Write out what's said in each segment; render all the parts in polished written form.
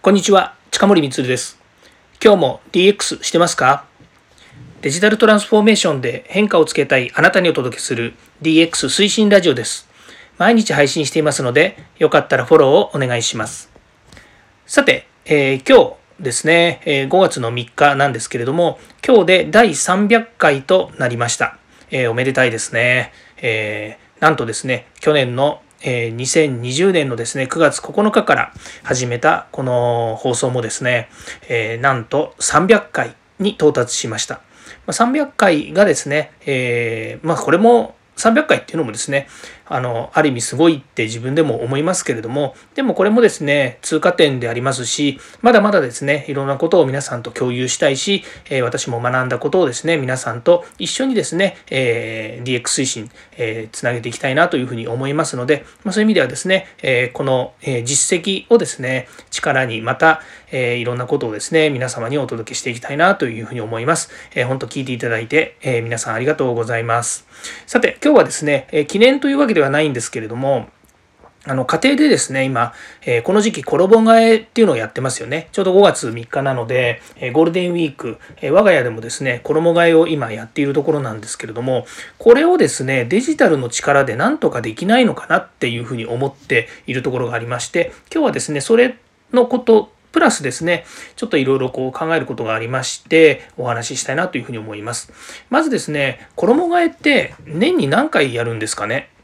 こんにちは、近森光です。今日も DX してますか？デジタルトランスフォーメーションで変化をつけたいあなたにお届けする DX 推進ラジオです。毎日配信していますので、よかったらフォローをお願いします。さて、今日ですね、5月の3日なんですけれども、今日で第300回となりました。おめでたいですね。なんとですね、去年の2020年のですね、9月9日から始めたこの放送もですね、なんと300回に到達しました。300回がですね、これも300回っていうのもですね、ある意味すごいって自分でも思いますけれども、でもこれもですね、通過点でありますし、まだまだですね、いろんなことを皆さんと共有したいし、私も学んだことをですね、皆さんと一緒にですね、DX 推進、つなげていきたいなというふうに思いますので、そういう意味ではですね、この実績をですね、力にまた、いろんなことをですね、皆様にお届けしていきたいなというふうに思います。本当聞いていただいて、皆さんありがとうございます。さて、今日はですね、記念というわけではないんですけれども、家庭でですね、今、この時期衣替えっていうのをやってますよね。ちょうど5月3日なので、ゴールデンウィーク、我が家でもですね、衣替えを今やっているところなんですけれども、これをですね、デジタルの力でなんとかできないのかなっていうふうに思っているところがありまして、今日はですね、それのことプラスですね、ちょっといろいろ考えることがありまして、お話ししたいなというふうに思います。まずですね、衣替えって年に何回やるんですかね？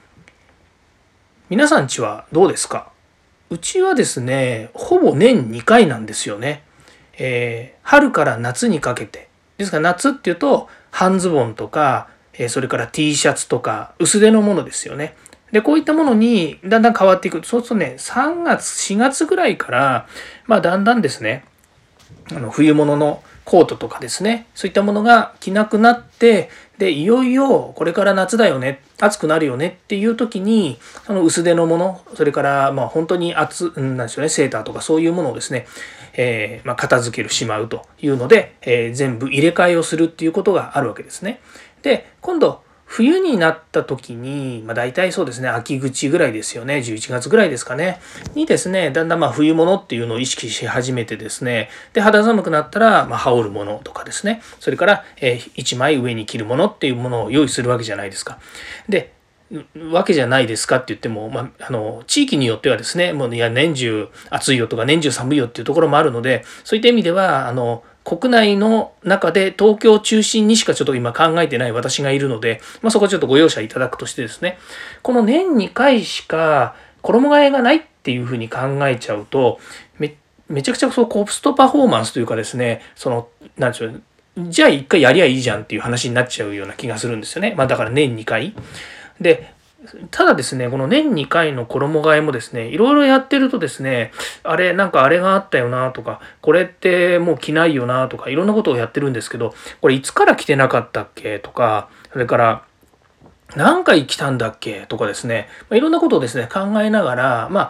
皆さんちはどうですか？うちはですね、ほぼ年2回なんですよね。春から夏にかけて。ですから夏っていうと、半ズボンとか、それから T シャツとか、薄手のものですよね。で、こういったものにだんだん変わっていく。そうするとね、3月、4月ぐらいから、だんだんですね、冬物のコートとかですね、そういったものが着なくなって、で、いよいよこれから夏だよね、暑くなるよねっていう時に、その薄手のもの、それから本当になんでしょうね、セーターとかそういうものをですね、片付けるしまうというので、全部入れ替えをするっていうことがあるわけですね。で、今度、冬になった時に、大体そうですね、秋口ぐらいですよね、11月ぐらいですかね、にですね、だんだん冬物っていうのを意識し始めてですね、で、肌寒くなったら、羽織るものとかですね、それから、1枚上に着るものっていうものを用意するわけじゃないですか。で、わけじゃないですかって言っても、地域によってはですね、もういや年中暑いよとか年中寒いよっていうところもあるので、そういった意味では、国内の中で東京中心にしかちょっと今考えてない私がいるので、そこはちょっとご容赦いただくとしてですね、この年2回しか衣替えがないっていうふうに考えちゃうと、めちゃくちゃコストパフォーマンスというかですね、なんでしょう、じゃあ1回やりゃいいじゃんっていう話になっちゃうような気がするんですよね。だから年2回。で、ただですね、この年2回の衣替えもですね、いろいろやってるとですね、あれがあったよなとか、これってもう着ないよなとか、いろんなことをやってるんですけど、これいつから着てなかったっけとか、それから何回着たんだっけとかですね、いろんなことをですね、考えながら、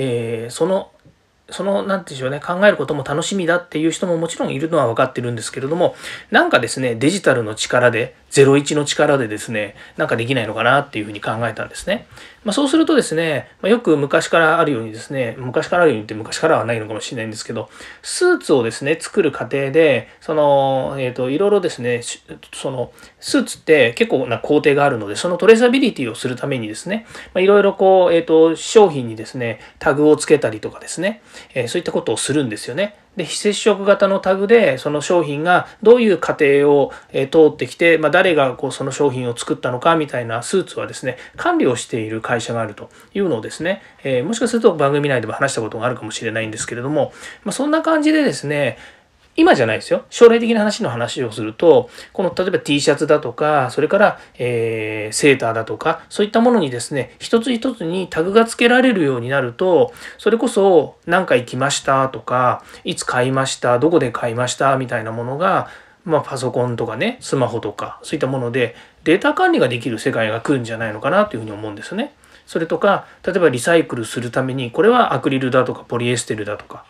なんていうんでしょうね、考えることも楽しみだっていう人ももちろんいるのは分かってるんですけれども、ですね、デジタルの力で、01の力でですね、できないのかなっていうふうに考えたんですね。そうするとですね、よく昔からあるようにですね、昔からあるようにって昔からはないのかもしれないんですけど、スーツをですね、作る過程で、いろいろですね、スーツって結構な工程があるので、そのトレーサビリティをするためにですね、いろいろ商品にですね、タグをつけたりとかですね、そういったことをするんですよね。で、非接触型のタグで、その商品がどういう過程を通ってきて、誰がその商品を作ったのかみたいなスーツはですね、管理をしている会社があるというのをですね、もしかすると番組内でも話したことがあるかもしれないんですけれども、そんな感じでですね、今じゃないですよ。将来的な話をすると、例えば T シャツだとか、それから、セーターだとか、そういったものにですね、一つ一つにタグが付けられるようになると、それこそ何回来ましたとか、いつ買いました、どこで買いましたみたいなものが、パソコンとかね、スマホとか、そういったものでデータ管理ができる世界が来るんじゃないのかなというふうに思うんですね。それとか、例えばリサイクルするために、これはアクリルだとかポリエステルだとか、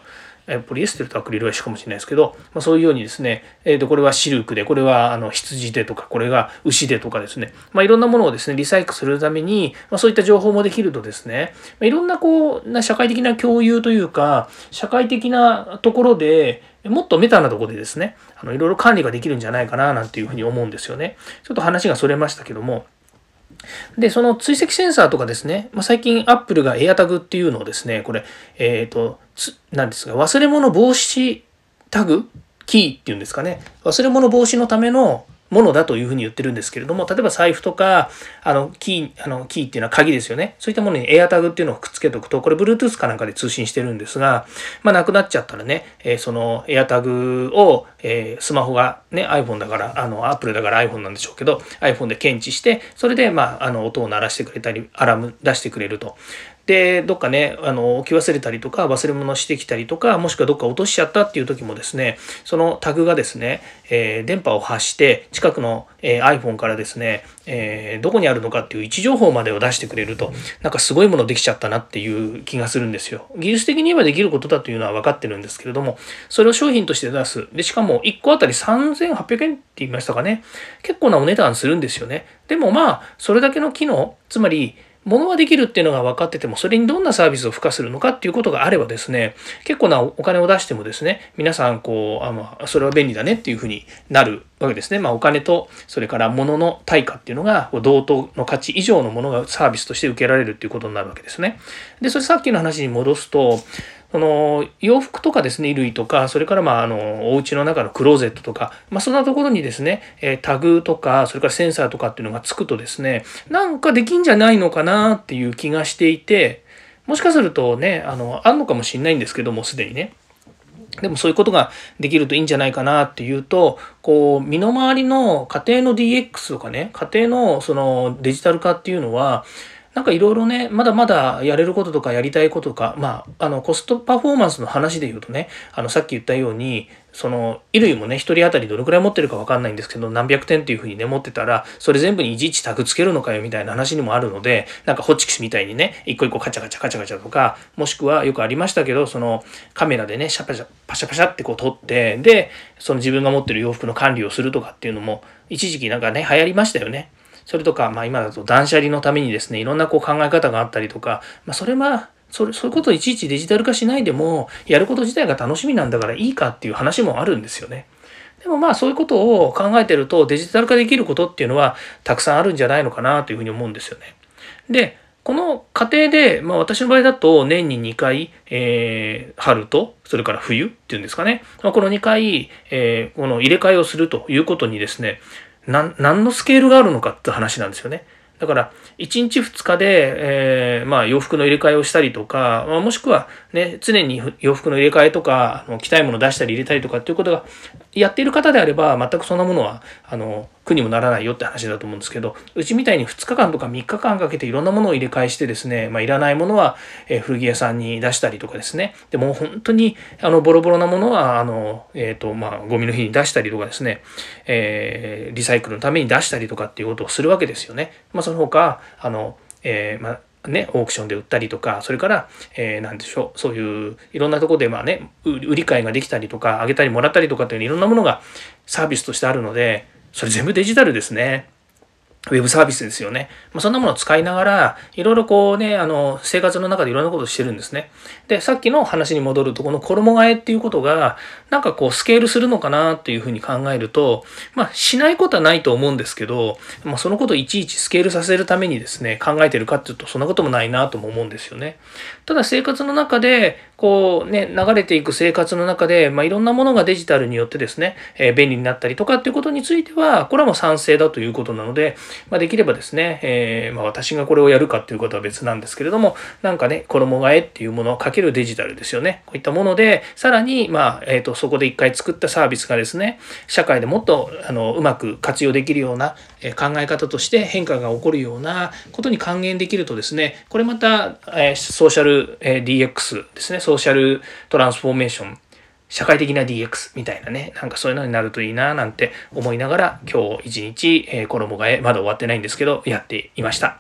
ポリエステルとアクリルは一緒かもしれないですけど、そういうようにですね、これはシルクで、これは羊でとか、これが牛でとかですね、いろんなものをですねリサイクルするために、そういった情報もできるとですね、いろんな社会的な共有というか、社会的なところでもっとメタなところでですね、いろいろ管理ができるんじゃないかななんていうふうに思うんですよね。ちょっと話がそれましたけども、で、その追跡センサーとかですね、最近 Apple が AirTag っていうのをですね、これ、何ですか、忘れ物防止タグキーっていうんですかね、忘れ物防止のためのものだというふうに言ってるんですけれども、例えば財布とか、キーっていうのは鍵ですよね。そういったものに AirTag っていうのをくっつけておくと、これ Bluetooth かなんかで通信してるんですが、なくなっちゃったらね、その AirTag を、スマホがね、iPhone だから、Apple だから iPhone なんでしょうけど、iPhone で検知して、それで、音を鳴らしてくれたり、アラーム出してくれると。で、どっかね、置き忘れたりとか、忘れ物してきたりとか、もしくはどっか落としちゃったっていう時もですね、そのタグがですね、電波を発して、近くの、iPhone からですね、どこにあるのかっていう位置情報までを出してくれると、なんかすごいものできちゃったなっていう気がするんですよ。技術的に言えばできることだというのは分かってるんですけれども、それを商品として出す。で、しかも1個あたり3800円って言いましたかね。結構なお値段するんですよね。でもそれだけの機能、つまり、ものができるっていうのが分かってても、それにどんなサービスを付加するのかっていうことがあればですね、結構なお金を出してもですね、皆さんそれは便利だねっていうふうになるわけですね。お金と、それから物の対価っていうのが同等の価値以上のものがサービスとして受けられるっていうことになるわけですね。で、それさっきの話に戻すと、洋服とかですね、衣類とか、それからお家の中のクローゼットとか、そんなところにですね、タグとか、それからセンサーとかっていうのがつくとですね、なんかできんじゃないのかなっていう気がしていて、もしかするとね、あるのかもしれないんですけども、すでにね。でもそういうことができるといいんじゃないかなっていうと、身の回りの家庭の DX とかね、家庭のそのデジタル化っていうのは、なんかいろいろね、まだまだやれることとかやりたいこととか、コストパフォーマンスの話で言うとね、さっき言ったように、その衣類もね、一人当たりどれくらい持ってるかわかんないんですけど、何百点っていうふうにね、持ってたら、それ全部にいちいちタグつけるのかよみたいな話にもあるので、なんかホチキスみたいにね、一個一個カチャカチャカチャカチャとか、もしくはよくありましたけど、そのカメラでね、パシャパシャって撮って、で、その自分が持ってる洋服の管理をするとかっていうのも、一時期なんかね、流行りましたよね。それとか、今だと断捨離のためにですね、いろんな考え方があったりとか、そういうことをいちいちデジタル化しないでも、やること自体が楽しみなんだからいいかっていう話もあるんですよね。でもそういうことを考えてると、デジタル化できることっていうのはたくさんあるんじゃないのかなというふうに思うんですよね。で、この過程で、私の場合だと年に2回、春とそれから冬っていうんですかね、この2回、この入れ替えをするということにですね、何のスケールがあるのかって話なんですよね。だから1日2日で、洋服の入れ替えをしたりとか、もしくはね、常に洋服の入れ替えとか着たいものを出したり入れたりとかっていうことがやっている方であれば、全くそんなものは苦にもならないよって話だと思うんですけど、うちみたいに2日間とか3日間かけていろんなものを入れ替えしてですね、いらないものは古着屋さんに出したりとかですね、でも本当にボロボロなものはゴミの日に出したりとかですね、リサイクルのために出したりとかっていうことをするわけですよね。その他オークションで売ったりとか、それから、何でしょう、そういういろんなところで売り買いができたりとか、あげたりもらったりとかっていういろんなものがサービスとしてあるので、それ全部デジタルですね。ウェブサービスですよね。そんなものを使いながら、いろいろ生活の中でいろんなことをしてるんですね。で、さっきの話に戻ると、この衣替えっていうことが、なんかスケールするのかなっていうふうに考えると、しないことはないと思うんですけど、そのことをいちいちスケールさせるためにですね、考えてるかっていうと、そんなこともないなとも思うんですよね。ただ生活の中で、流れていく生活の中で、いろんなものがデジタルによってですね、便利になったりとかっていうことについては、これはもう賛成だということなので、できればですね、私がこれをやるかっていうことは別なんですけれども、なんかね、衣替えっていうものをかけるデジタルですよね。こういったもので、さらに、そこで一回作ったサービスがですね、社会でもっとうまく活用できるような考え方として変化が起こるようなことに還元できるとですね、これまたソーシャル DX ですね、ソーシャルトランスフォーメーション、社会的な DX みたいなね、なんかそういうのになるといいななんて思いながら、今日一日衣替えまだ終わってないんですけどやっていました。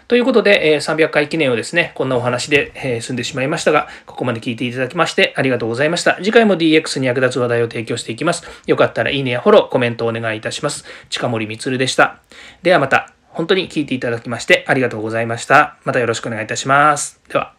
ということで、300回記念をですね、こんなお話で、済んでしまいましたが、ここまで聞いていただきましてありがとうございました。次回も DX に役立つ話題を提供していきます。よかったらいいねやフォロー、コメントをお願いいたします。近森光でした。ではまた、本当に聞いていただきましてありがとうございました。またよろしくお願いいたします。では。